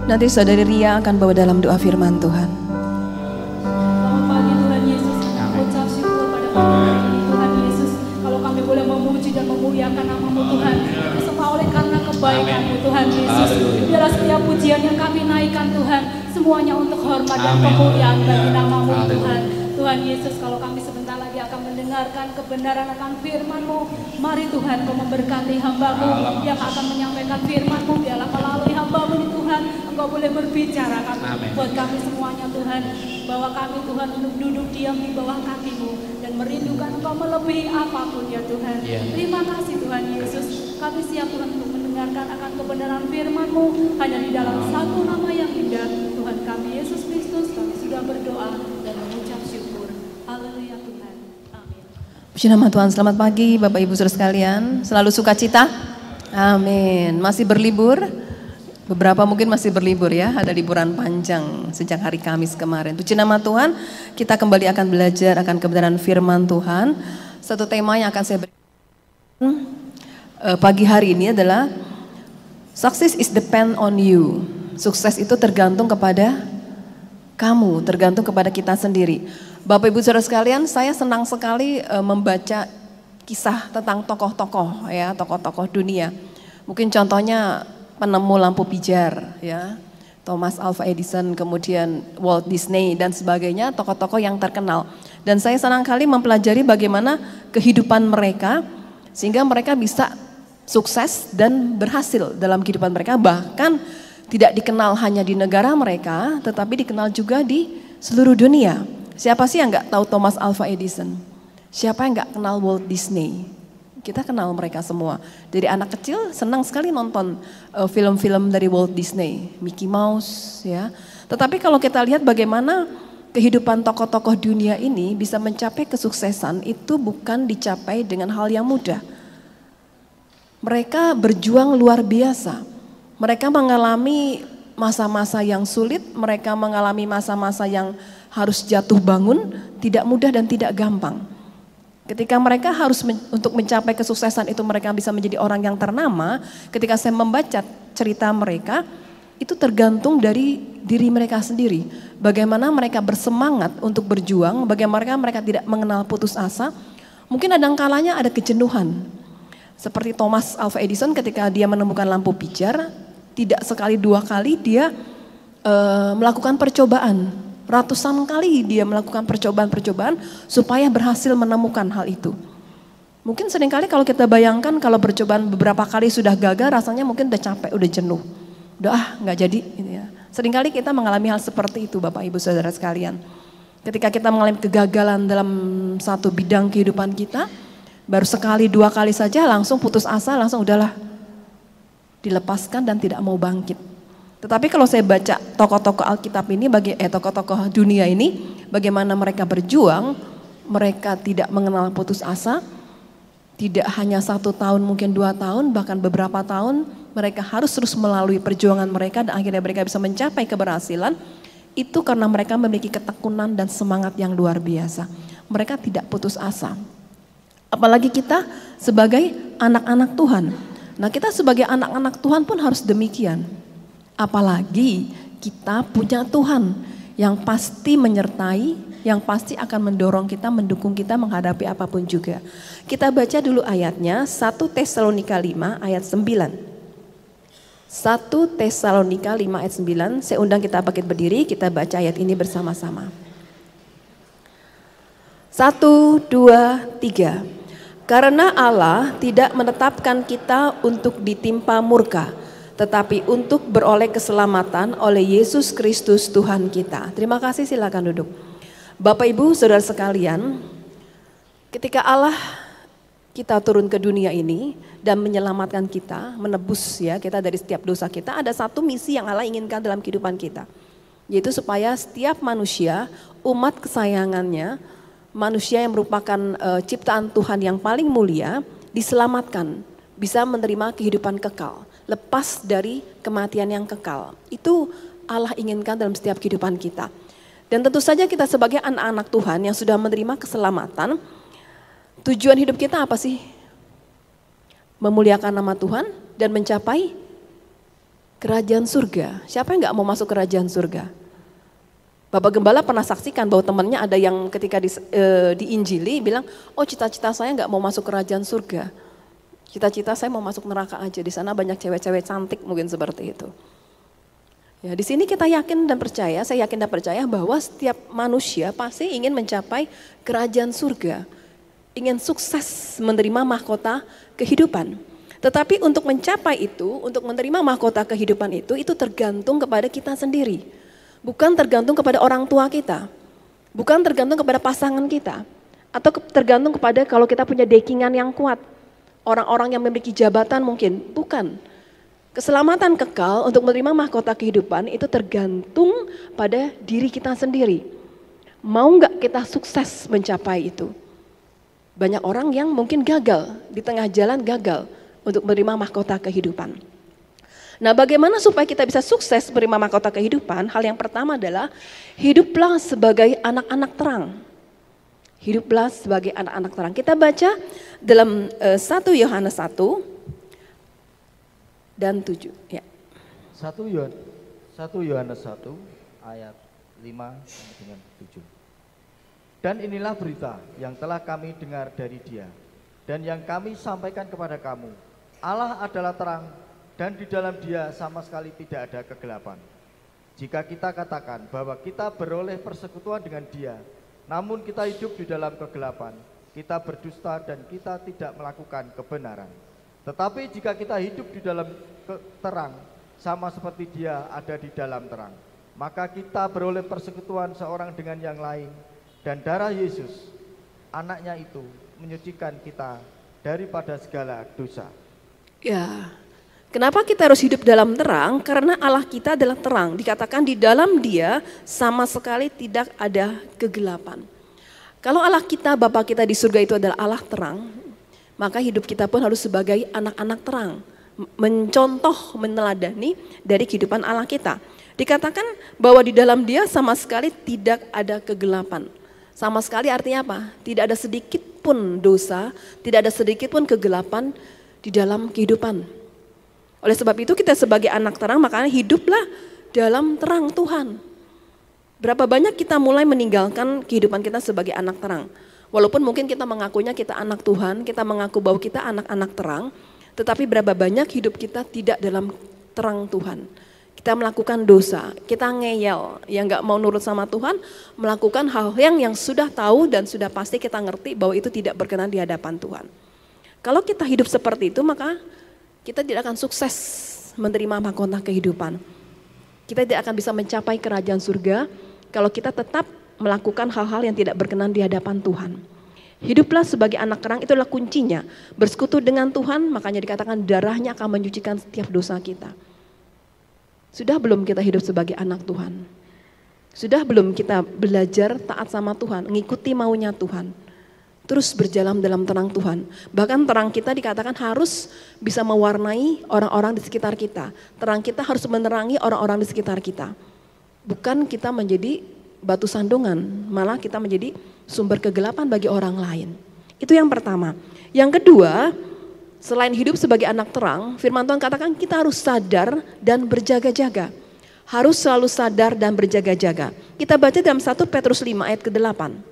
Nanti Saudari Ria akan bawa dalam doa firman Tuhan. Selamat pagi Tuhan Yesus. Kami ucap syukur pada pagi hari ini Tuhan Yesus. Kalau kami boleh memuji dan memuliakan nama-Mu Tuhan, itu semua oleh karena kebaikan-Mu Tuhan Yesus. Biarlah setiap pujian yang kami naikkan Tuhan, semuanya untuk hormat dan kemuliaan bagi nama-Mu Tuhan. Tuhan Yesus, kalau kami sebentar lagi akan mendengarkan kebenaran akan firman-Mu, mari Tuhan Kau memberkati hamba-Mu yang akan menyampaikan firman-Mu. Biarlah melalui hamba-Mu ini Tuhan, Engkau boleh berbicara buat kami semuanya Tuhan, bahwa kami Tuhan untuk duduk diam di bawah kaki-Mu dan merindukan Engkau melebihi apapun ya Tuhan. Terima kasih Tuhan Yesus, kami siap Tuhan untuk mendengarkan akan kebenaran firman-Mu hanya di dalam satu nama yang indah, Tuhan kami Yesus Kristus. Kami sudah berdoa dan mengucap syukur. Haleluya Tuhan. Amin. Puji nama Tuhan. Selamat pagi Bapak Ibu Saudara sekalian. Selalu sukacita. Amin. Masih berlibur? Beberapa mungkin masih berlibur ya. Ada liburan panjang sejak hari Kamis kemarin. Puji nama Tuhan. Kita kembali akan belajar akan kebenaran firman Tuhan. Satu tema yang akan saya berikan pagi hari ini adalah success is depend on you. Sukses itu tergantung kepada kamu, tergantung kepada kita sendiri. Bapak Ibu Saudara sekalian, saya senang sekali membaca kisah tentang tokoh-tokoh ya, tokoh-tokoh dunia. Mungkin contohnya penemu lampu pijar ya, Thomas Alva Edison, kemudian Walt Disney dan sebagainya, tokoh-tokoh yang terkenal. Dan saya senang kali mempelajari bagaimana kehidupan mereka sehingga mereka bisa sukses dan berhasil dalam kehidupan mereka, bahkan tidak dikenal hanya di negara mereka, tetapi dikenal juga di seluruh dunia. Siapa sih yang nggak tahu Thomas Alva Edison? Siapa yang nggak kenal Walt Disney? Kita kenal mereka semua. Dari anak kecil senang sekali nonton film-film dari Walt Disney, Mickey Mouse ya. Tetapi kalau kita lihat bagaimana kehidupan tokoh-tokoh dunia ini bisa mencapai kesuksesan, itu bukan dicapai dengan hal yang mudah. Mereka berjuang luar biasa. Mereka mengalami masa-masa yang sulit, mereka mengalami masa-masa yang harus jatuh bangun, tidak mudah dan tidak gampang. Ketika mereka harus untuk mencapai kesuksesan itu mereka bisa menjadi orang yang ternama, ketika saya membaca cerita mereka, itu tergantung dari diri mereka sendiri. Bagaimana mereka bersemangat untuk berjuang, bagaimana mereka tidak mengenal putus asa. Mungkin ada kalanya ada kejenuhan. Seperti Thomas Alva Edison ketika dia menemukan lampu pijar, tidak sekali dua kali dia melakukan percobaan. Ratusan kali dia melakukan percobaan-percobaan supaya berhasil menemukan hal itu. Mungkin seringkali kalau kita bayangkan kalau percobaan beberapa kali sudah gagal, rasanya mungkin udah capek, udah jenuh. Udah nggak jadi gitu ya. Seringkali kita mengalami hal seperti itu Bapak Ibu Saudara sekalian. Ketika kita mengalami kegagalan dalam satu bidang kehidupan kita, baru sekali dua kali saja langsung putus asa, langsung udahlah. Dilepaskan dan tidak mau bangkit. Tetapi kalau saya baca tokoh-tokoh Alkitab ini, tokoh-tokoh dunia ini, bagaimana mereka berjuang, mereka tidak mengenal putus asa, tidak hanya 1 tahun, mungkin 2 tahun, bahkan beberapa tahun, mereka harus terus melalui perjuangan mereka dan akhirnya mereka bisa mencapai keberhasilan, itu karena mereka memiliki ketekunan dan semangat yang luar biasa. Mereka tidak putus asa. Apalagi kita sebagai anak-anak Tuhan. Nah, kita sebagai anak-anak Tuhan pun harus demikian. Apalagi kita punya Tuhan yang pasti menyertai, yang pasti akan mendorong kita, mendukung kita menghadapi apapun juga. Kita baca dulu ayatnya, 1 Tesalonika 5 ayat 9. 1 Tesalonika 5 ayat 9, saya undang kita bangkit berdiri, kita baca ayat ini bersama-sama. 1, 2, 3. Karena Allah tidak menetapkan kita untuk ditimpa murka, tetapi untuk beroleh keselamatan oleh Yesus Kristus Tuhan kita. Terima kasih, silakan duduk. Bapak Ibu Saudara sekalian, ketika Allah kita turun ke dunia ini dan menyelamatkan kita, menebus ya kita dari setiap dosa kita, ada satu misi yang Allah inginkan dalam kehidupan kita, yaitu supaya setiap manusia, umat kesayangannya, manusia yang merupakan ciptaan Tuhan yang paling mulia, diselamatkan, bisa menerima kehidupan kekal, lepas dari kematian yang kekal. Itu Allah inginkan dalam setiap kehidupan kita. Dan tentu saja kita sebagai anak-anak Tuhan yang sudah menerima keselamatan, tujuan hidup kita apa sih? Memuliakan nama Tuhan dan mencapai Kerajaan surga, siapa yang gak mau masuk kerajaan surga? Bapak Gembala pernah saksikan bahwa temannya ada yang ketika diinjili bilang, oh cita-cita saya gak mau masuk kerajaan surga. Cita-cita saya mau masuk neraka aja, di sana banyak cewek-cewek cantik mungkin seperti itu. Ya, di sini kita yakin dan percaya, saya yakin dan percaya bahwa setiap manusia pasti ingin mencapai kerajaan surga. Ingin sukses menerima mahkota kehidupan. Tetapi untuk mencapai itu, untuk menerima mahkota kehidupan itu tergantung kepada kita sendiri. Bukan tergantung kepada orang tua kita. Bukan tergantung kepada pasangan kita. Atau tergantung kepada kalau kita punya dekingan yang kuat. Orang-orang yang memiliki jabatan mungkin. Bukan. Keselamatan kekal untuk menerima mahkota kehidupan itu tergantung pada diri kita sendiri. Mau nggak kita sukses mencapai itu? Banyak orang yang mungkin gagal, di tengah jalan gagal untuk menerima mahkota kehidupan. Nah, bagaimana supaya kita bisa sukses menerima mahkota kehidupan? Hal yang pertama adalah hiduplah sebagai anak-anak terang. Hiduplah sebagai anak-anak terang. Kita baca dalam 1 Yohanes 1 dan 7. Ya. 1 Yohanes 1 ayat 5 dengan 7. Dan inilah berita yang telah kami dengar dari Dia dan yang kami sampaikan kepada kamu. Allah adalah terang dan di dalam Dia sama sekali tidak ada kegelapan. Jika kita katakan bahwa kita beroleh persekutuan dengan Dia, namun kita hidup di dalam kegelapan, kita berdusta dan kita tidak melakukan kebenaran. Tetapi jika kita hidup di dalam terang, sama seperti Dia ada di dalam terang, maka kita beroleh persekutuan seorang dengan yang lain, dan darah Yesus, anaknya itu, menyucikan kita daripada segala dosa. Ya, kenapa kita harus hidup dalam terang? Karena Allah kita adalah terang. Dikatakan di dalam Dia sama sekali tidak ada kegelapan. Kalau Allah kita, Bapa kita di surga itu adalah Allah terang, maka hidup kita pun harus sebagai anak-anak terang. Mencontoh, meneladani dari kehidupan Allah kita. Dikatakan bahwa di dalam Dia sama sekali tidak ada kegelapan. Sama sekali artinya apa? Tidak ada sedikit pun dosa, tidak ada sedikit pun kegelapan di dalam kehidupan. Oleh sebab itu kita sebagai anak terang makanya hiduplah dalam terang Tuhan. Berapa banyak kita mulai meninggalkan kehidupan kita sebagai anak terang. Walaupun mungkin kita mengakunya kita anak Tuhan, kita mengaku bahwa kita anak-anak terang, tetapi berapa banyak hidup kita tidak dalam terang Tuhan. Kita melakukan dosa, kita ngeyel, yang gak mau nurut sama Tuhan, melakukan hal yang sudah tahu dan sudah pasti kita ngerti bahwa itu tidak berkenan di hadapan Tuhan. Kalau kita hidup seperti itu, maka kita tidak akan sukses menerima mahkota kehidupan. Kita tidak akan bisa mencapai kerajaan surga kalau kita tetap melakukan hal-hal yang tidak berkenan di hadapan Tuhan. Hiduplah sebagai anak terang, itu adalah kuncinya. Bersekutu dengan Tuhan, makanya dikatakan darahnya akan mencucikan setiap dosa kita. Sudah belum kita hidup sebagai anak Tuhan? Sudah belum kita belajar taat sama Tuhan, mengikuti maunya Tuhan? Terus berjalan dalam terang Tuhan. Bahkan terang kita dikatakan harus bisa mewarnai orang-orang di sekitar kita. Terang kita harus menerangi orang-orang di sekitar kita. Bukan kita menjadi batu sandungan, malah kita menjadi sumber kegelapan bagi orang lain. Itu yang pertama. Yang kedua, selain hidup sebagai anak terang, firman Tuhan katakan kita harus sadar dan berjaga-jaga. Harus selalu sadar dan berjaga-jaga. Kita baca dalam 1 Petrus 5 ayat ke-8.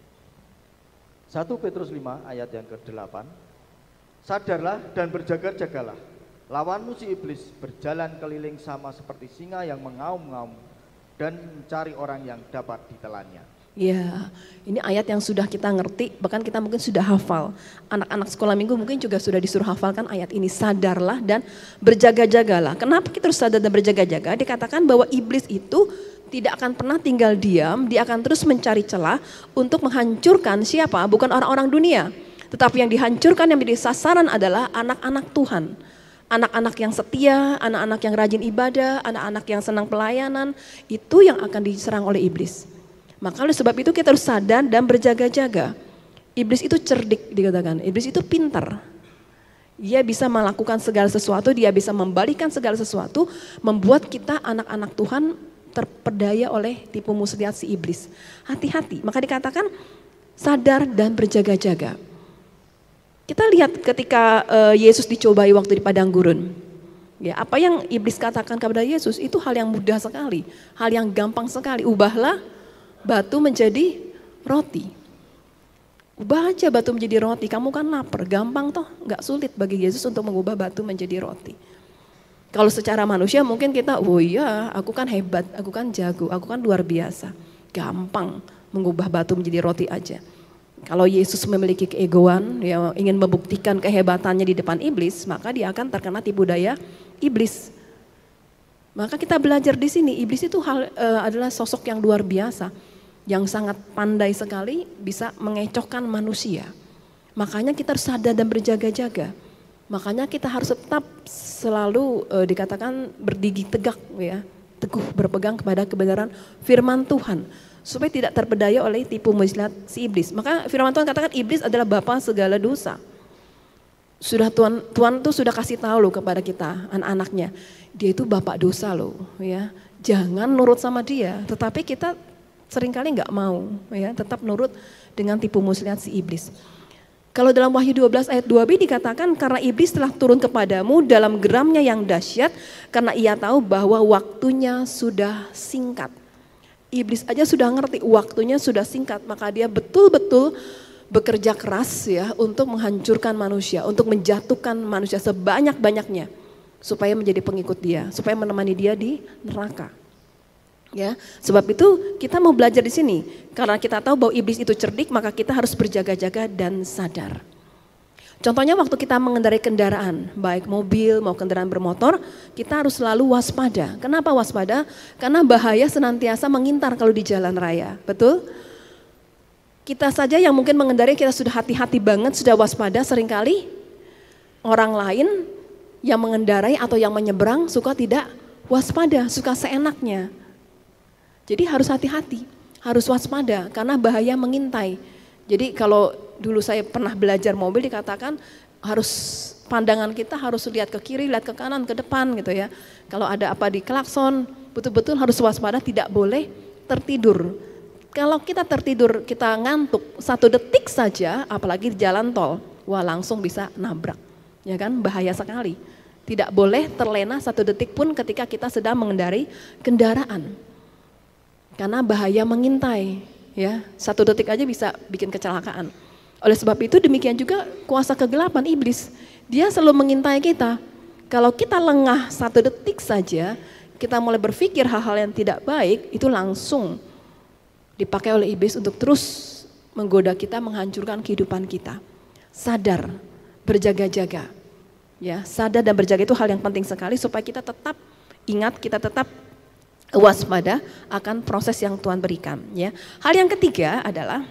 1 Petrus 5 ayat yang ke-8. Sadarlah dan berjaga-jagalah. Lawanmu si iblis berjalan keliling sama seperti singa yang mengaum-ngaum dan mencari orang yang dapat ditelannya. Ya, ini ayat yang sudah kita ngerti, bahkan kita mungkin sudah hafal. Anak-anak sekolah minggu mungkin juga sudah disuruh hafalkan ayat ini. Sadarlah dan berjaga-jagalah. Kenapa kita harus sadar dan berjaga-jaga? Dikatakan bahwa iblis itu tidak akan pernah tinggal diam, dia akan terus mencari celah untuk menghancurkan siapa? Bukan orang-orang dunia. Tetapi yang dihancurkan, yang menjadi sasaran adalah anak-anak Tuhan. Anak-anak yang setia, anak-anak yang rajin ibadah, anak-anak yang senang pelayanan, itu yang akan diserang oleh iblis. Maka oleh sebab itu kita harus sadar dan berjaga-jaga. Iblis itu cerdik dikatakan, iblis itu pintar. Dia bisa melakukan segala sesuatu, dia bisa membalikan segala sesuatu, membuat kita anak-anak Tuhan terpedaya oleh tipu muslihat si iblis. Hati-hati, maka dikatakan sadar dan berjaga-jaga. Kita lihat ketika Yesus dicobai waktu di padang gurun. Ya, apa yang iblis katakan kepada Yesus itu hal yang mudah sekali, hal yang gampang sekali. Ubahlah batu menjadi roti. Ubah aja batu menjadi roti, kamu kan lapar, gampang toh, nggak sulit bagi Yesus untuk mengubah batu menjadi roti. Kalau secara manusia mungkin kita, oh iya aku kan hebat, aku kan jago, aku kan luar biasa. Gampang mengubah batu menjadi roti aja. Kalau Yesus memiliki keegoan, ya, ingin membuktikan kehebatannya di depan iblis, maka dia akan terkena tipu daya iblis. Maka kita belajar di sini, iblis itu adalah sosok yang luar biasa, yang sangat pandai sekali bisa mengecohkan manusia. Makanya kita harus sadar dan berjaga-jaga. Makanya kita harus tetap selalu dikatakan berdiri tegak, ya, teguh berpegang kepada kebenaran firman Tuhan. Supaya tidak terpedaya oleh tipu muslihat si iblis. Maka firman Tuhan katakan iblis adalah bapa segala dosa. Sudah Tuhan tuh sudah kasih tahu loh kepada kita, anak-anaknya. Dia itu bapak dosa loh, ya. Jangan nurut sama dia, tetapi kita seringkali nggak mau, ya, tetap nurut dengan tipu muslihat si iblis. Kalau dalam Wahyu 12 ayat 2b dikatakan karena iblis telah turun kepadamu dalam geramnya yang dahsyat karena ia tahu bahwa waktunya sudah singkat. Iblis aja sudah ngerti waktunya sudah singkat, maka dia betul-betul bekerja keras, ya, untuk menghancurkan manusia, untuk menjatuhkan manusia sebanyak-banyaknya supaya menjadi pengikut dia, supaya menemani dia di neraka. Ya, sebab itu kita mau belajar di sini karena kita tahu bahwa iblis itu cerdik, maka kita harus berjaga-jaga dan sadar. Contohnya waktu kita mengendarai kendaraan, baik mobil mau kendaraan bermotor, kita harus selalu waspada. Kenapa waspada? Karena bahaya senantiasa mengintar kalau di jalan raya, betul? Kita saja yang mungkin mengendarai kita sudah hati-hati banget, sudah waspada, seringkali orang lain yang mengendarai atau yang menyeberang suka tidak waspada, suka seenaknya. Jadi harus hati-hati, harus waspada karena bahaya mengintai. Jadi kalau dulu saya pernah belajar mobil dikatakan harus pandangan kita harus lihat ke kiri, lihat ke kanan, ke depan gitu ya. Kalau ada apa di klakson, betul-betul harus waspada, tidak boleh tertidur. Kalau kita tertidur, kita ngantuk 1 detik saja, apalagi di jalan tol, wah langsung bisa nabrak, ya kan, bahaya sekali. Tidak boleh terlena 1 detik pun ketika kita sedang mengendarai kendaraan. Karena bahaya mengintai, ya, 1 detik aja bisa bikin kecelakaan. Oleh sebab itu demikian juga kuasa kegelapan iblis, dia selalu mengintai kita. Kalau kita lengah 1 detik saja, kita mulai berpikir hal-hal yang tidak baik, itu langsung dipakai oleh iblis untuk terus menggoda kita, menghancurkan kehidupan kita. Sadar, berjaga-jaga, ya, sadar dan berjaga itu hal yang penting sekali supaya kita tetap ingat, kita tetap waspada akan proses yang Tuhan berikan, ya. Hal yang ketiga adalah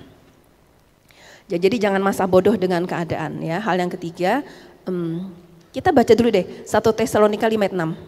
ya, jadi jangan masa bodoh dengan keadaan, ya. Hal yang ketiga, kita baca dulu deh 1 Tesalonika 5 ayat 6.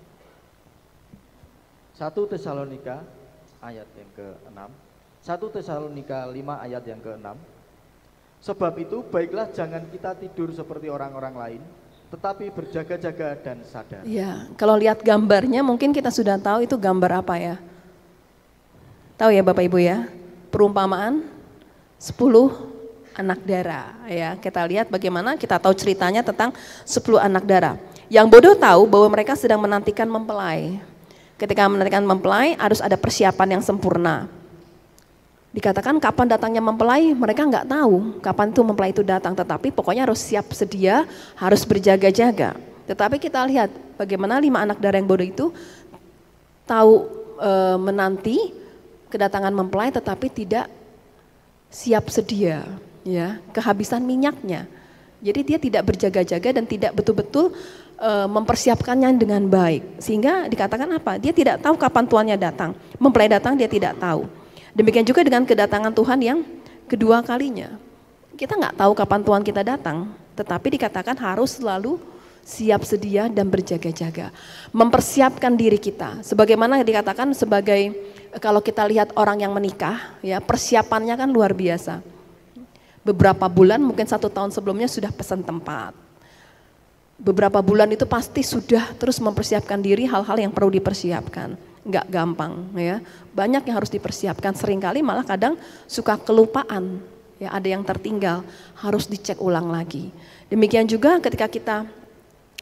1 Tesalonika ayat yang ke-6. 1 Tesalonika 5 ayat yang ke-6. Sebab itu baiklah jangan kita tidur seperti orang-orang lain, tetapi berjaga-jaga dan sadar. Ya, kalau lihat gambarnya mungkin kita sudah tahu itu gambar apa ya. Tahu ya Bapak Ibu ya, perumpamaan 10 anak dara. Ya, kita lihat bagaimana, kita tahu ceritanya tentang 10 anak dara. Yang bodoh tahu bahwa mereka sedang menantikan mempelai. Ketika menantikan mempelai harus ada persiapan yang sempurna. Dikatakan kapan datangnya mempelai, mereka nggak tahu kapan itu mempelai itu datang, tetapi pokoknya harus siap sedia, harus berjaga-jaga. Tetapi kita lihat bagaimana 5 anak dara yang bodoh itu tahu menanti kedatangan mempelai tetapi tidak siap sedia, ya, kehabisan minyaknya. Jadi dia tidak berjaga-jaga dan tidak betul-betul mempersiapkannya dengan baik. Sehingga dikatakan apa? Dia tidak tahu kapan tuannya datang, mempelai datang dia tidak tahu. Demikian juga dengan kedatangan Tuhan yang kedua kalinya. Kita nggak tahu kapan Tuhan kita datang, tetapi dikatakan harus selalu siap sedia dan berjaga-jaga. Mempersiapkan diri kita. Sebagaimana dikatakan sebagai, kalau kita lihat orang yang menikah, ya, persiapannya kan luar biasa. Beberapa bulan, mungkin 1 tahun sebelumnya sudah pesan tempat. Beberapa bulan itu pasti sudah terus mempersiapkan diri hal-hal yang perlu dipersiapkan. Nggak gampang, ya. Banyak yang harus dipersiapkan, seringkali malah kadang suka kelupaan, ya, ada yang tertinggal, harus dicek ulang lagi. Demikian juga ketika kita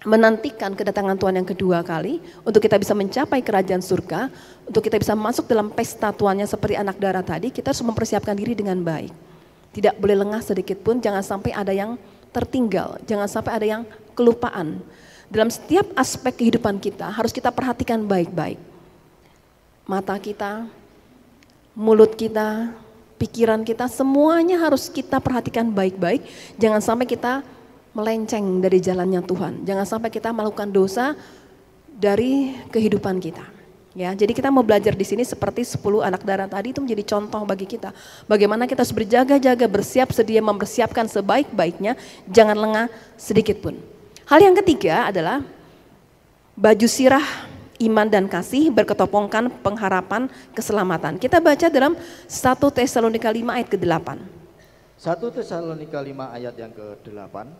menantikan kedatangan Tuhan yang kedua kali, untuk kita bisa mencapai kerajaan surga, untuk kita bisa masuk dalam pesta Tuhannya seperti anak darah tadi, kita harus mempersiapkan diri dengan baik. Tidak boleh lengah sedikit pun, jangan sampai ada yang tertinggal, jangan sampai ada yang kelupaan. Dalam setiap aspek kehidupan kita harus kita perhatikan baik-baik. Mata kita, mulut kita, pikiran kita, semuanya harus kita perhatikan baik-baik. Jangan sampai kita melenceng dari jalannya Tuhan. Jangan sampai kita melakukan dosa dari kehidupan kita. Ya, jadi kita mau belajar di sini seperti 10 anak darah tadi, itu menjadi contoh bagi kita. Bagaimana kita harus berjaga-jaga, bersiap sedia, mempersiapkan sebaik-baiknya, jangan lengah sedikit pun. Hal yang ketiga adalah baju sirah iman dan kasih berketopongkan pengharapan keselamatan. Kita baca dalam 1 Tesalonika 5 ayat ke-8. 1 Tesalonika 5 ayat yang ke-8.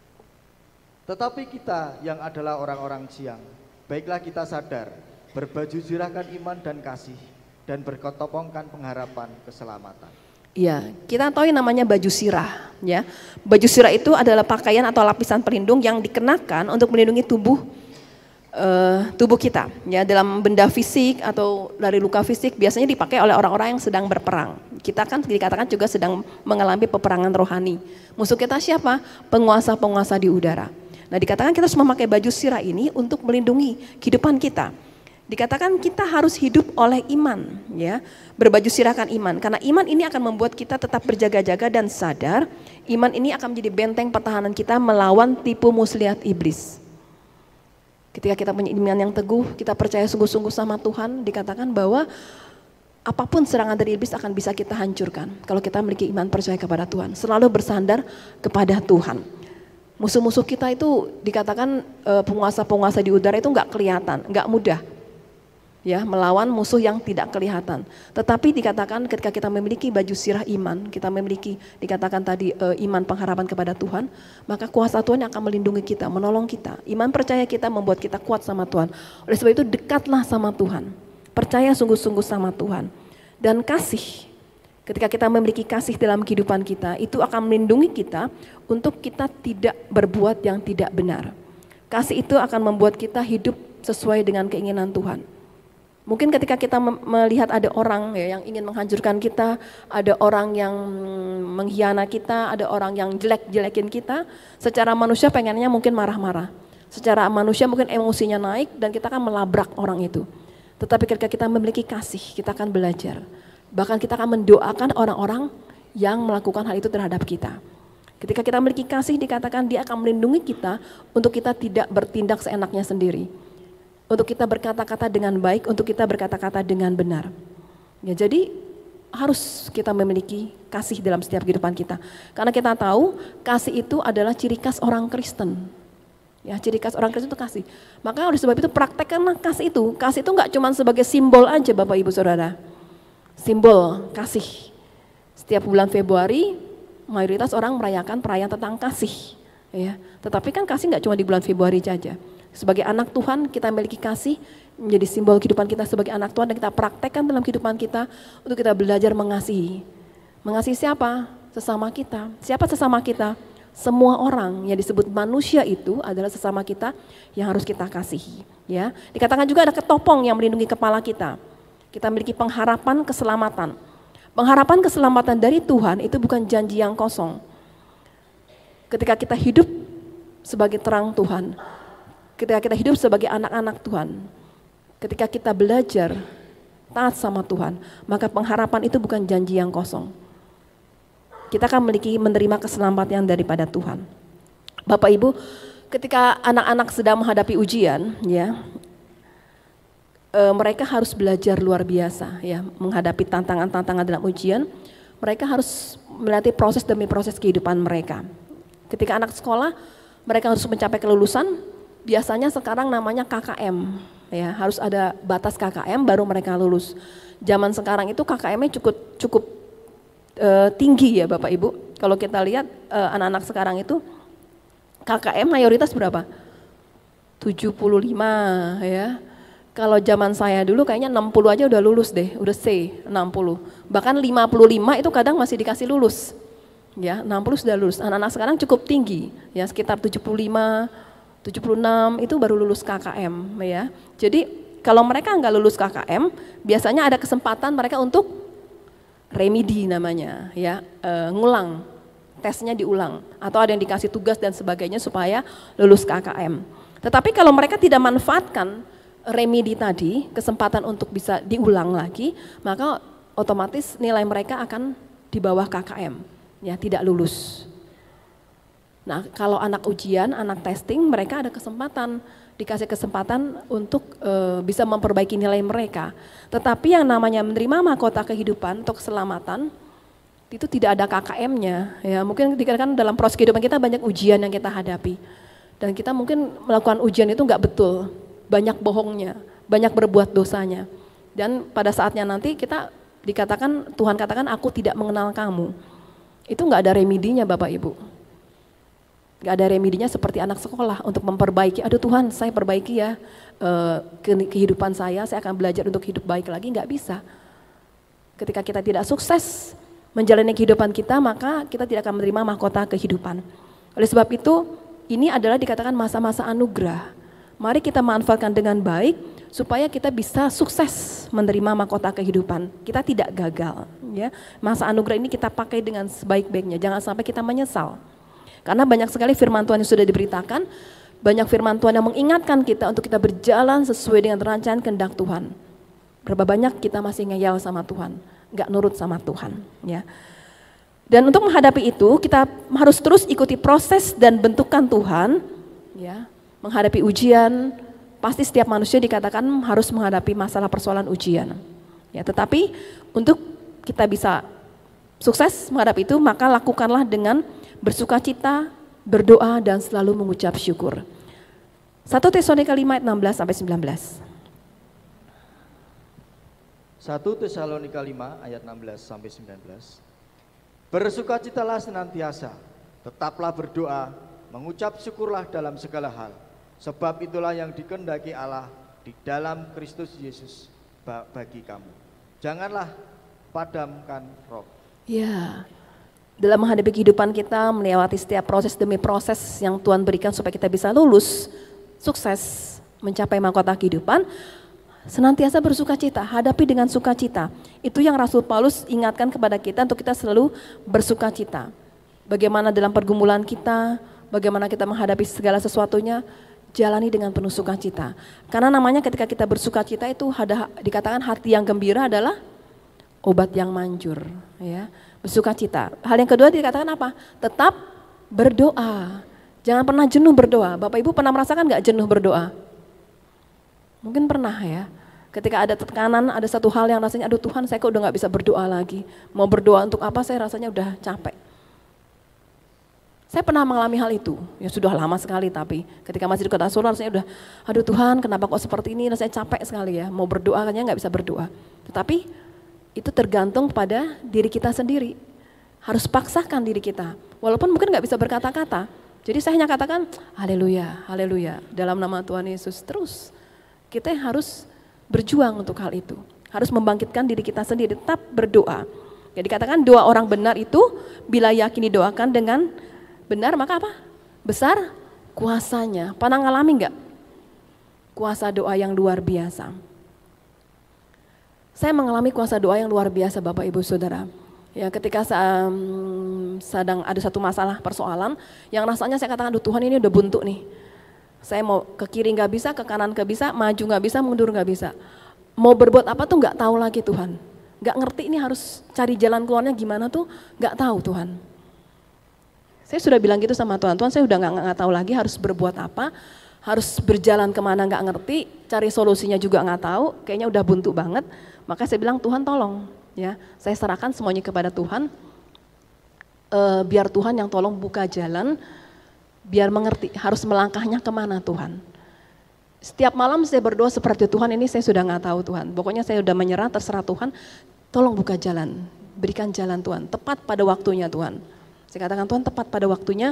Tetapi kita yang adalah orang-orang siang, baiklah kita sadar, berbaju sirahkan iman dan kasih, dan berketopongkan pengharapan keselamatan. Iya, kita tahu yang namanya baju sirah, ya. Baju sirah itu adalah pakaian atau lapisan pelindung yang dikenakan untuk melindungi tubuh kita, ya. Dalam benda fisik atau dari luka fisik biasanya dipakai oleh orang-orang yang sedang berperang. Kita kan dikatakan juga sedang mengalami peperangan rohani. Musuh kita siapa? Penguasa-penguasa di udara. Nah, dikatakan kita harus memakai baju sirah ini untuk melindungi kehidupan kita. Dikatakan kita harus hidup oleh iman, ya. Berbaju sirahkan iman, karena iman ini akan membuat kita tetap berjaga-jaga dan sadar. Iman ini akan menjadi benteng pertahanan kita melawan tipu muslihat iblis. Ketika kita punya iman yang teguh, kita percaya sungguh-sungguh sama Tuhan, dikatakan bahwa apapun serangan dari iblis akan bisa kita hancurkan kalau kita memiliki iman percaya kepada Tuhan, selalu bersandar kepada Tuhan. Musuh-musuh kita itu dikatakan penguasa-penguasa di udara itu nggak kelihatan, nggak mudah, ya, melawan musuh yang tidak kelihatan. Tetapi dikatakan ketika kita memiliki baju sirah iman, kita memiliki dikatakan tadi iman pengharapan kepada Tuhan, maka kuasa Tuhan yang akan melindungi kita, menolong kita. Iman percaya kita membuat kita kuat sama Tuhan. Oleh sebab itu dekatlah sama Tuhan, percaya sungguh-sungguh sama Tuhan, dan kasih. Ketika kita memiliki kasih dalam kehidupan kita, itu akan melindungi kita untuk kita tidak berbuat yang tidak benar. Kasih itu akan membuat kita hidup sesuai dengan keinginan Tuhan. Mungkin ketika kita melihat ada orang, ya, yang ingin menghancurkan kita, ada orang yang mengkhianati kita, ada orang yang jelek-jelekin kita, secara manusia pengennya mungkin marah-marah. Secara manusia mungkin emosinya naik dan kita akan melabrak orang itu. Tetapi ketika kita memiliki kasih, kita akan belajar. Bahkan kita akan mendoakan orang-orang yang melakukan hal itu terhadap kita. Ketika kita memiliki kasih, dikatakan dia akan melindungi kita untuk kita tidak bertindak seenaknya sendiri. Untuk kita berkata-kata dengan baik, untuk kita berkata-kata dengan benar. Ya, jadi harus kita memiliki kasih dalam setiap kehidupan kita. Karena kita tahu kasih itu adalah ciri khas orang Kristen. Ya, ciri khas orang Kristen itu kasih. Maka oleh sebab itu praktekkanlah kasih itu. Kasih itu enggak cuma sebagai simbol aja Bapak Ibu Saudara. Simbol kasih. Setiap bulan Februari mayoritas orang merayakan perayaan tentang kasih. Ya, tetapi kan kasih enggak cuma di bulan Februari saja. Sebagai anak Tuhan kita memiliki kasih menjadi simbol kehidupan kita sebagai anak Tuhan, dan kita praktekkan dalam kehidupan kita untuk kita belajar mengasihi. Mengasihi siapa? Sesama kita. Siapa sesama kita? Semua orang yang disebut manusia itu adalah sesama kita yang harus kita kasihi. Ya, dikatakan juga ada ketopong yang melindungi kepala kita. Kita memiliki pengharapan keselamatan. Pengharapan keselamatan dari Tuhan itu bukan janji yang kosong. Ketika kita hidup sebagai terang Tuhan, ketika kita hidup sebagai anak-anak Tuhan, ketika kita belajar taat sama Tuhan, maka pengharapan itu bukan janji yang kosong. Kita akan menerima keselamatan daripada Tuhan. Bapak Ibu, ketika anak-anak sedang menghadapi ujian, ya, mereka harus belajar luar biasa, ya, menghadapi tantangan-tantangan dalam ujian. Mereka harus melatih proses demi proses kehidupan mereka. Ketika anak sekolah, mereka harus mencapai kelulusan. Biasanya sekarang namanya KKM, ya, harus ada batas KKM baru mereka lulus. Zaman sekarang itu KKM-nya cukup tinggi ya Bapak Ibu. Kalau kita lihat anak-anak sekarang itu KKM mayoritas berapa? 75 ya. Kalau zaman saya dulu kayaknya 60 aja udah lulus deh, udah C 60. Bahkan 55 itu kadang masih dikasih lulus. Ya, 60 sudah lulus. Anak-anak sekarang cukup tinggi, ya, sekitar 75, 76 itu baru lulus KKM ya. Jadi kalau mereka nggak lulus KKM, biasanya ada kesempatan mereka untuk remedi namanya ya, ngulang, tesnya diulang atau ada yang dikasih tugas dan sebagainya supaya lulus KKM. Tetapi kalau mereka tidak manfaatkan remedi tadi, kesempatan untuk bisa diulang lagi, maka otomatis nilai mereka akan di bawah KKM, ya tidak lulus. Nah kalau anak ujian, anak testing, mereka ada kesempatan, dikasih kesempatan untuk bisa memperbaiki nilai mereka. Tetapi yang namanya menerima mahkota kehidupan untuk keselamatan, itu tidak ada KKM-nya. Ya, mungkin dikatakan dalam proses kehidupan kita banyak ujian yang kita hadapi. Dan kita mungkin melakukan ujian itu nggak betul, banyak bohongnya, banyak berbuat dosanya. Dan pada saatnya nanti kita dikatakan, Tuhan katakan aku tidak mengenal kamu. Itu nggak ada remedinya Bapak Ibu. Gak ada remedinya seperti anak sekolah untuk memperbaiki, aduh Tuhan saya perbaiki ya kehidupan saya akan belajar untuk hidup baik lagi, gak bisa. Ketika kita tidak sukses menjalani kehidupan kita, maka kita tidak akan menerima mahkota kehidupan. Oleh sebab itu, ini adalah dikatakan masa-masa anugerah. Mari kita manfaatkan dengan baik, supaya kita bisa sukses menerima mahkota kehidupan. Kita tidak gagal. Ya. Masa anugerah ini kita pakai dengan sebaik-baiknya, jangan sampai kita menyesal. Karena banyak sekali firman Tuhan yang sudah diberitakan, banyak firman Tuhan yang mengingatkan kita untuk kita berjalan sesuai dengan rancangan kehendak Tuhan. Berapa banyak kita masih ngeyel sama Tuhan, nggak nurut sama Tuhan. Ya. Dan untuk menghadapi itu, kita harus terus ikuti proses dan bentukan Tuhan. Ya. Menghadapi ujian, pasti setiap manusia dikatakan harus menghadapi masalah persoalan ujian. Ya, tetapi untuk kita bisa sukses menghadapi itu, maka lakukanlah dengan bersukacita, berdoa, dan selalu mengucap syukur. 1 Tesalonika 5 ayat 16 sampai 19. 1 Tesalonika 5 ayat 16 sampai 19. Bersukacitalah senantiasa, tetaplah berdoa, mengucap syukurlah dalam segala hal, sebab itulah yang dikehendaki Allah di dalam Kristus Yesus bagi kamu. Janganlah padamkan roh. Ya. Dalam menghadapi kehidupan kita, melewati setiap proses demi proses yang Tuhan berikan supaya kita bisa lulus, sukses, mencapai mahkota kehidupan, senantiasa bersukacita, hadapi dengan sukacita. Itu yang Rasul Paulus ingatkan kepada kita untuk kita selalu bersukacita. Bagaimana dalam pergumulan kita, bagaimana kita menghadapi segala sesuatunya, jalani dengan penuh sukacita. Karena namanya ketika kita bersukacita itu dikatakan hati yang gembira adalah obat yang manjur, ya. Bersukacita. Hal yang kedua dikatakan apa? Tetap berdoa. Jangan pernah jenuh berdoa. Bapak Ibu pernah merasakan nggak jenuh berdoa? Mungkin pernah ya. Ketika ada tekanan, ada satu hal yang rasanya, aduh Tuhan saya kok udah nggak bisa berdoa lagi. Mau berdoa untuk apa? Saya rasanya udah capek. Saya pernah mengalami hal itu. Ya sudah lama sekali tapi ketika masih di kota Solo rasanya udah, aduh Tuhan kenapa kok seperti ini? Rasanya capek sekali ya. Mau berdoa kayaknya nggak bisa berdoa. Tetapi itu tergantung pada diri kita sendiri. Harus paksakan diri kita. Walaupun mungkin nggak bisa berkata-kata. Jadi saya hanya katakan, haleluya, haleluya. Dalam nama Tuhan Yesus terus. Kita harus berjuang untuk hal itu. Harus membangkitkan diri kita sendiri, tetap berdoa. Jadi dikatakan doa orang benar itu, bila yakin didoakan dengan benar, maka apa? Besar kuasanya. Pernah ngalami nggak? Kuasa doa yang luar biasa. Saya mengalami kuasa doa yang luar biasa Bapak Ibu Saudara. Ya, ketika sedang ada satu masalah persoalan yang rasanya saya katakan, aduh Tuhan ini udah buntu nih. Saya mau ke kiri nggak bisa, ke kanan nggak bisa, maju nggak bisa, mundur nggak bisa. Mau berbuat apa tuh nggak tahu lagi Tuhan. Nggak ngerti ini harus cari jalan keluarnya gimana tuh, nggak tahu Tuhan. Saya sudah bilang gitu sama Tuhan, Tuhan saya udah nggak tahu lagi harus berbuat apa, harus berjalan kemana nggak ngerti, cari solusinya juga nggak tahu, kayaknya udah buntu banget. Maka saya bilang Tuhan tolong, ya saya serahkan semuanya kepada Tuhan, biar Tuhan yang tolong buka jalan, biar mengerti harus melangkahnya kemana Tuhan. Setiap malam saya berdoa seperti Tuhan ini saya sudah nggak tahu Tuhan, pokoknya saya udah menyerah terserah Tuhan, tolong buka jalan, berikan jalan Tuhan, tepat pada waktunya Tuhan. Saya katakan Tuhan tepat pada waktunya,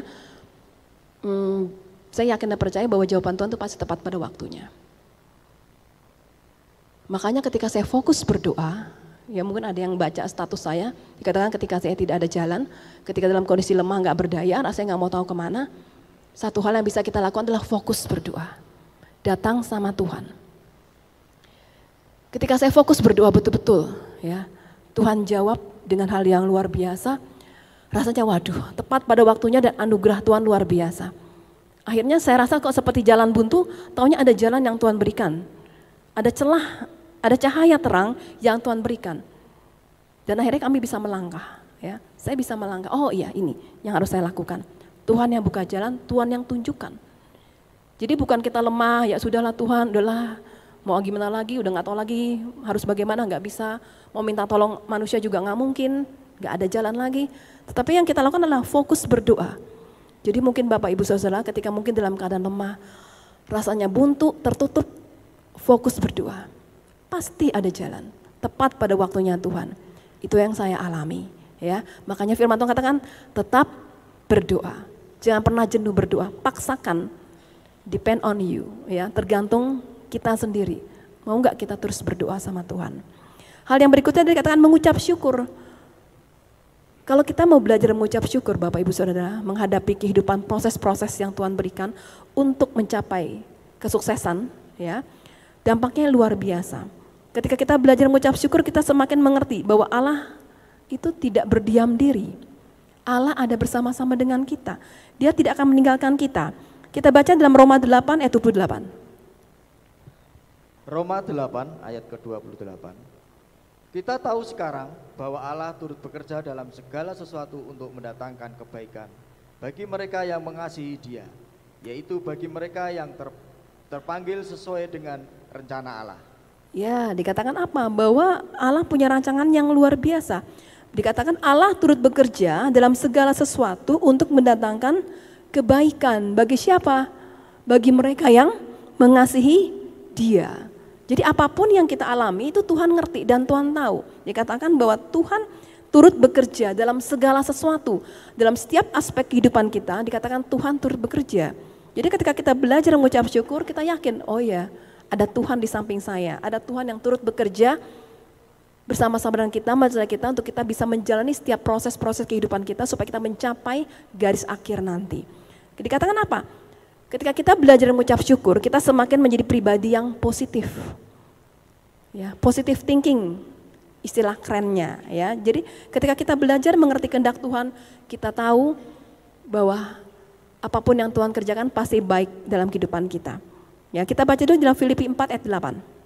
saya yakin dan percaya bahwa jawaban Tuhan itu pasti tepat pada waktunya. Makanya ketika saya fokus berdoa, ya mungkin ada yang baca status saya, dikatakan ketika saya tidak ada jalan, ketika dalam kondisi lemah nggak berdaya, rasanya nggak mau tahu kemana, Satu hal yang bisa kita lakukan adalah fokus berdoa. Datang sama Tuhan. Ketika saya fokus berdoa betul-betul, ya, Tuhan jawab dengan hal yang luar biasa. Rasanya waduh, tepat pada waktunya dan anugerah Tuhan luar biasa. Akhirnya saya rasa kok seperti jalan buntu, taunya ada jalan yang Tuhan berikan. Ada celah, ada cahaya terang yang Tuhan berikan. Dan akhirnya kami bisa melangkah. Ya, saya bisa melangkah, oh iya ini yang harus saya lakukan. Tuhan yang buka jalan, Tuhan yang tunjukkan. Jadi bukan kita lemah, ya sudahlah Tuhan, udahlah mau gimana lagi, udah gak tahu lagi harus bagaimana, gak bisa. Mau minta tolong manusia juga gak mungkin, gak ada jalan lagi. Tetapi yang kita lakukan adalah fokus berdoa. Jadi mungkin Bapak Ibu Saudara ketika mungkin dalam keadaan lemah, rasanya buntu, tertutup, fokus berdoa. Pasti ada jalan, tepat pada waktunya Tuhan. Itu yang saya alami. Ya, makanya firman Tuhan katakan tetap berdoa. Jangan pernah jenuh berdoa, paksakan. Depend on you, ya, tergantung kita sendiri. Mau nggak kita terus berdoa sama Tuhan? Hal yang berikutnya dikatakan mengucap syukur. Kalau kita mau belajar mengucap syukur, Bapak Ibu Saudara, menghadapi kehidupan proses-proses yang Tuhan berikan untuk mencapai kesuksesan, ya, dampaknya luar biasa. Ketika kita belajar mengucap syukur, kita semakin mengerti bahwa Allah itu tidak berdiam diri. Allah ada bersama-sama dengan kita. Dia tidak akan meninggalkan kita. Kita baca dalam Roma 8 ayat 28. Roma 8 ayat ke-28. Kita tahu sekarang bahwa Allah turut bekerja dalam segala sesuatu untuk mendatangkan kebaikan bagi mereka yang mengasihi Dia, yaitu bagi mereka yang terpanggil sesuai dengan rencana Allah. Ya, dikatakan apa? Bahwa Allah punya rancangan yang luar biasa. Dikatakan Allah turut bekerja dalam segala sesuatu untuk mendatangkan kebaikan. Bagi siapa? Bagi mereka yang mengasihi Dia. Jadi apapun yang kita alami itu Tuhan ngerti dan Tuhan tahu. Dikatakan bahwa Tuhan turut bekerja dalam segala sesuatu. Dalam setiap aspek kehidupan kita dikatakan Tuhan turut bekerja. Jadi ketika kita belajar mengucap syukur, kita yakin, oh ya, ada Tuhan di samping saya. Ada Tuhan yang turut bekerja bersama-sama dengan kita, masalah kita untuk kita bisa menjalani setiap proses-proses kehidupan kita supaya kita mencapai garis akhir nanti. Dikatakan apa? Ketika kita belajar mengucap syukur, kita semakin menjadi pribadi yang positif. Ya, positive thinking, istilah kerennya. Ya, jadi ketika kita belajar mengerti kehendak Tuhan, kita tahu bahwa apapun yang Tuhan kerjakan pasti baik dalam kehidupan kita. Ya, kita baca dulu dalam Filipi 4 ayat 8.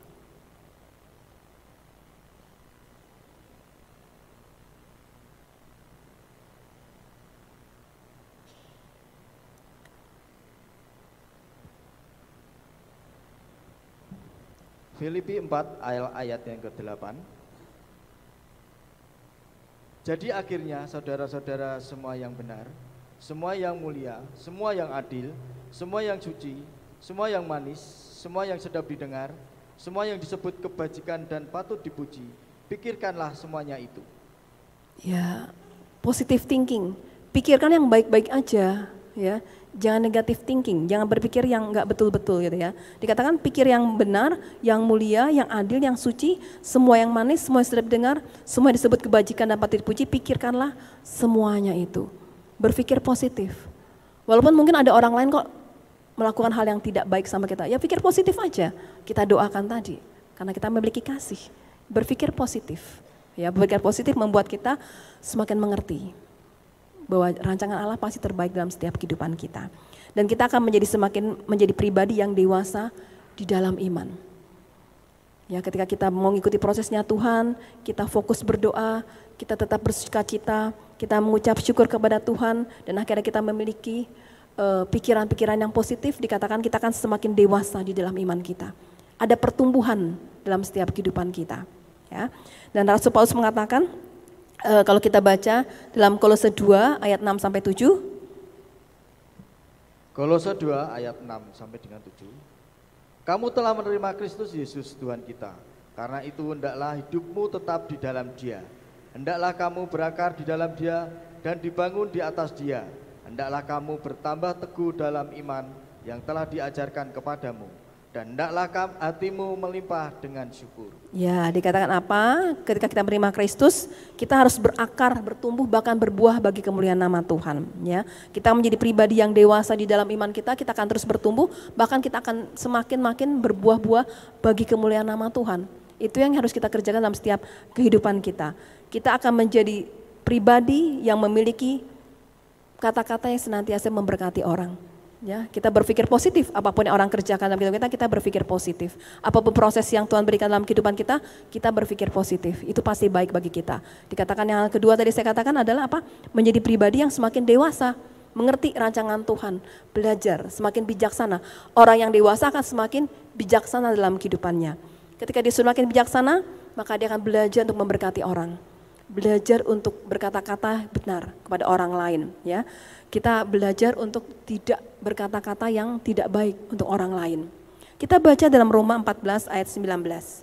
Filipi 4 ayat yang ke-8. Jadi akhirnya saudara-saudara semua yang benar, semua yang mulia, semua yang adil, semua yang suci, semua yang manis, semua yang sedap didengar, semua yang disebut kebajikan dan patut dipuji, pikirkanlah semuanya itu. Ya, positive thinking. Pikirkan yang baik-baik aja, ya. Jangan negative thinking, jangan berpikir yang enggak betul-betul gitu ya. Dikatakan pikir yang benar, yang mulia, yang adil, yang suci, semua yang manis, semua yang sedap dengar, semua yang disebut kebajikan dan patut dipuji, pikirkanlah semuanya itu. Berpikir positif. Walaupun mungkin ada orang lain kok melakukan hal yang tidak baik sama kita, ya pikir positif aja. Kita doakan tadi, karena kita memiliki kasih. Berpikir positif. Ya, berpikir positif membuat kita semakin mengerti bahwa rancangan Allah pasti terbaik dalam setiap kehidupan kita. Dan kita akan semakin menjadi pribadi yang dewasa di dalam iman. Ya, ketika kita mengikuti prosesnya Tuhan, kita fokus berdoa, kita tetap bersukacita, kita mengucap syukur kepada Tuhan, dan akhirnya kita memiliki pikiran-pikiran yang positif, dikatakan kita akan semakin dewasa di dalam iman kita. Ada pertumbuhan dalam setiap kehidupan kita. Ya. Dan Rasul Paulus mengatakan, kalau kita baca dalam Kolose 2 ayat 6 sampai 7. Kolose 2 ayat 6 sampai dengan 7. Kamu telah menerima Kristus Yesus Tuhan kita. Karena itu hendaklah hidupmu tetap di dalam Dia. Hendaklah kamu berakar di dalam Dia dan dibangun di atas Dia. Hendaklah kamu bertambah teguh dalam iman yang telah diajarkan kepadamu. dan hendaklah hatimu melimpah dengan syukur. Ya, dikatakan apa? Ketika kita menerima Kristus, kita harus berakar, bertumbuh, bahkan berbuah bagi kemuliaan nama Tuhan. Ya, kita menjadi pribadi yang dewasa di dalam iman kita akan terus bertumbuh, bahkan kita akan semakin berbuah-buah bagi kemuliaan nama Tuhan. Itu yang harus kita kerjakan dalam setiap kehidupan kita. Kita akan menjadi pribadi yang memiliki kata-kata yang senantiasa memberkati orang. Ya, kita berpikir positif, apapun yang orang kerjakan dalam kehidupan kita berpikir positif. Apapun proses yang Tuhan berikan dalam kehidupan kita berpikir positif. Itu pasti baik bagi kita. Dikatakan yang kedua tadi saya katakan adalah apa? Menjadi pribadi yang semakin dewasa, mengerti rancangan Tuhan, belajar, semakin bijaksana. Orang yang dewasa akan semakin bijaksana dalam kehidupannya. Ketika dia semakin bijaksana, maka dia akan belajar untuk memberkati orang. Belajar untuk berkata-kata benar kepada orang lain, ya. Kita belajar untuk tidak berkata-kata yang tidak baik untuk orang lain. Kita baca dalam Roma 14 ayat 19.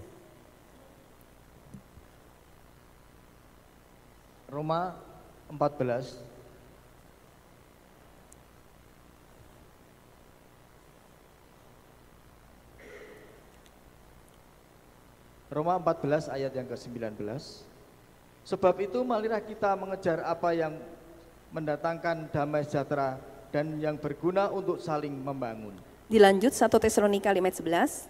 Roma 14 Roma 14 ayat yang ke-19. Sebab itu marilah kita mengejar apa yang mendatangkan damai sejahtera dan yang berguna untuk saling membangun. Dilanjut 1 Tesalonika 5 ayat 11.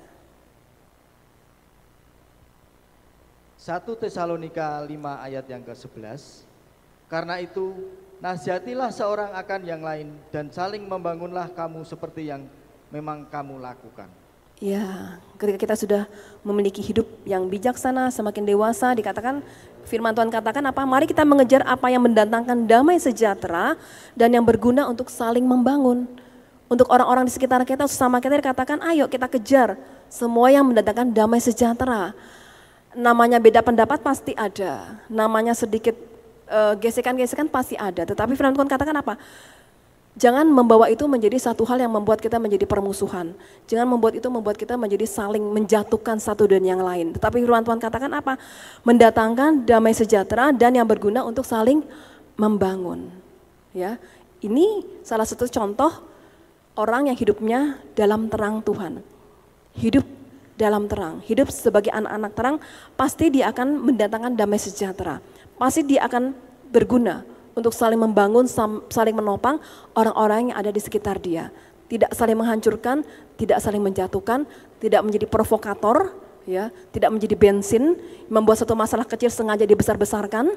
1 Tesalonika 5 ayat yang ke-11. Karena itu nasihatilah seorang akan yang lain dan saling membangunlah kamu seperti yang memang kamu lakukan. Ya, ketika kita sudah memiliki hidup yang bijaksana, semakin dewasa, dikatakan firman Tuhan katakan apa? Mari kita mengejar apa yang mendatangkan damai sejahtera dan yang berguna untuk saling membangun. Untuk orang-orang di sekitar kita, sesama kita dikatakan ayo kita kejar semua yang mendatangkan damai sejahtera. Namanya beda pendapat pasti ada, namanya sedikit gesekan-gesekan pasti ada. Tetapi firman Tuhan katakan apa? Jangan membawa itu menjadi satu hal yang membuat kita menjadi permusuhan. Jangan membuat kita menjadi saling menjatuhkan satu dan yang lain. Tetapi firman Tuhan katakan apa? Mendatangkan damai sejahtera dan yang berguna untuk saling membangun. Ya, ini salah satu contoh orang yang hidupnya dalam terang Tuhan. Hidup dalam terang, hidup sebagai anak-anak terang, pasti dia akan mendatangkan damai sejahtera. Pasti dia akan berguna untuk saling membangun, saling menopang orang-orang yang ada di sekitar dia. Tidak saling menghancurkan, tidak saling menjatuhkan, tidak menjadi provokator, ya, tidak menjadi bensin, membuat satu masalah kecil sengaja dibesar-besarkan.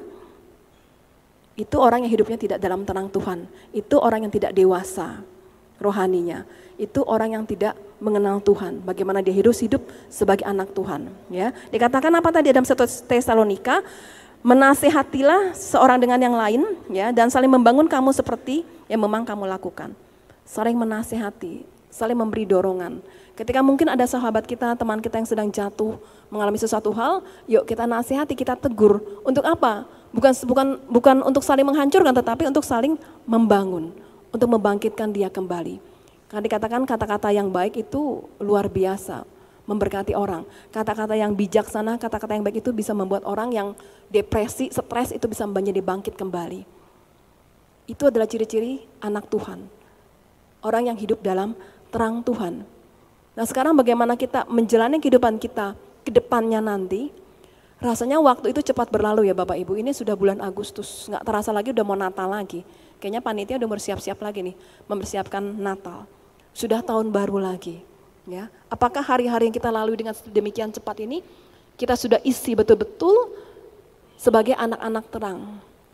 Itu orang yang hidupnya tidak dalam terang Tuhan. Itu orang yang tidak dewasa rohaninya. Itu orang yang tidak mengenal Tuhan. Bagaimana dia hidup sebagai anak Tuhan. Ya, dikatakan apa tadi dalam 1 Tesalonika? Menasehatilah seorang dengan yang lain, ya, dan saling membangun kamu seperti yang memang kamu lakukan. Saling menasehati, saling memberi dorongan. Ketika mungkin ada sahabat kita, teman kita yang sedang jatuh, mengalami sesuatu hal, yuk kita nasihati, kita tegur. Untuk apa? Bukan untuk saling menghancurkan, tetapi untuk saling membangun, untuk membangkitkan dia kembali. Karena dikatakan kata-kata yang baik itu luar biasa, memberkati orang. Kata-kata yang bijaksana, kata-kata yang baik itu bisa membuat orang yang depresi, stres itu bisa menjadi bangkit kembali. Itu adalah ciri-ciri anak Tuhan. Orang yang hidup dalam terang Tuhan. Nah, sekarang bagaimana kita menjalani kehidupan kita ke depannya nanti? Rasanya waktu itu cepat berlalu ya Bapak Ibu. Ini sudah bulan Agustus, nggak terasa lagi udah mau Natal lagi. Kayaknya panitia udah bersiap-siap lagi nih, mempersiapkan Natal. Sudah tahun baru lagi. Ya, apakah hari-hari yang kita lalui dengan demikian cepat ini kita sudah isi betul-betul sebagai anak-anak terang,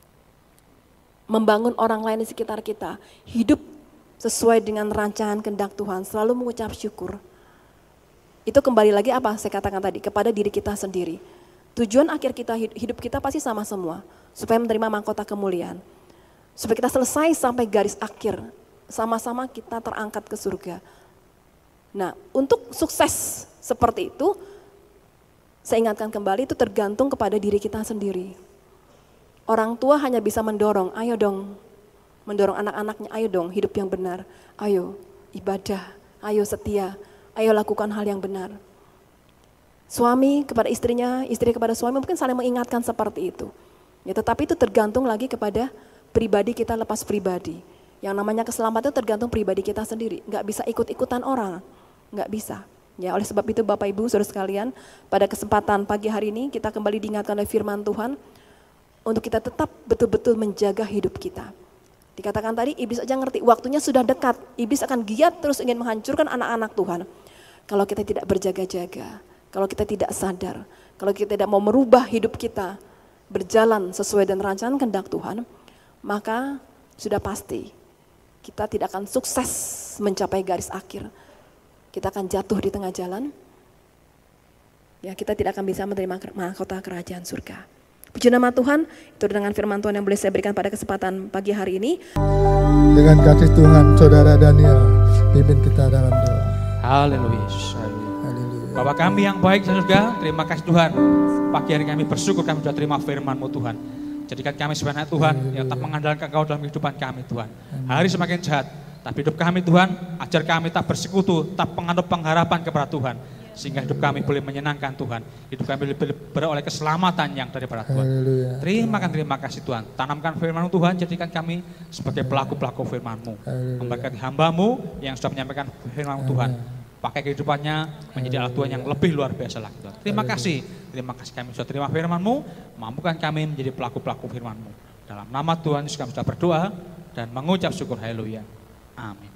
membangun orang lain di sekitar kita, hidup sesuai dengan rancangan kehendak Tuhan, selalu mengucap syukur. Itu kembali lagi apa saya katakan tadi, kepada diri kita sendiri. Tujuan akhir kita hidup kita pasti sama semua, supaya menerima mahkota kemuliaan, supaya kita selesai sampai garis akhir, sama-sama kita terangkat ke surga. Nah, untuk sukses seperti itu, saya ingatkan kembali itu tergantung kepada diri kita sendiri. Orang tua hanya bisa mendorong, ayo dong, mendorong anak-anaknya, ayo dong hidup yang benar, ayo ibadah, ayo setia, ayo lakukan hal yang benar. Suami kepada istrinya, istri kepada suami mungkin saling mengingatkan seperti itu. Ya, tetapi itu tergantung lagi kepada pribadi kita lepas pribadi. Yang namanya keselamatan itu tergantung pribadi kita sendiri, nggak bisa ikut-ikutan orang. Nggak bisa, Ya, oleh sebab itu Bapak Ibu Saudara sekalian, pada kesempatan pagi hari ini kita kembali diingatkan oleh firman Tuhan untuk kita tetap betul-betul menjaga hidup kita. Dikatakan tadi, iblis aja ngerti waktunya sudah dekat. Iblis akan giat terus ingin menghancurkan anak-anak Tuhan. Kalau kita tidak berjaga-jaga, kalau kita tidak sadar, kalau kita tidak mau merubah hidup kita berjalan sesuai dengan rancangan kehendak Tuhan, maka sudah pasti kita tidak akan sukses mencapai garis akhir. Kita akan jatuh di tengah jalan. Ya, kita tidak akan bisa menerima mahkota kerajaan surga. Puji nama Tuhan, itu dengan firman Tuhan yang boleh saya berikan pada kesempatan pagi hari ini. Dengan kasih Tuhan, Saudara Daniel, pimpin kita dalam doa. Haleluya. Bapak kami yang baik dan surga, terima kasih Tuhan. Pagi hari kami bersyukur kami sudah terima firman-Mu Tuhan. Jadikan kami sebagai anak Tuhan yang tetap mengandalkan Engkau dalam kehidupan kami Tuhan. Hari semakin jahat, tapi hidup kami Tuhan, ajar kami tak bersekutu, tak menganut pengharapan kepada Tuhan. Sehingga hidup kami boleh menyenangkan Tuhan. Hidup kami boleh beroleh keselamatan yang daripada Tuhan. Terima kasih Tuhan. Tanamkan firman-Mu Tuhan, jadikan kami sebagai pelaku-pelaku firman-Mu. Memberkati hamba-Mu yang sudah menyampaikan firman-Mu Tuhan. Pakai kehidupannya menjadi alat Tuhan yang lebih luar biasa lagi Tuhan. Terima kasih kami sudah terima firman-Mu. Mampukan kami menjadi pelaku-pelaku firman-Mu. Dalam nama Tuhan Yesus kami sudah berdoa dan mengucap syukur. Haleluya. Amin.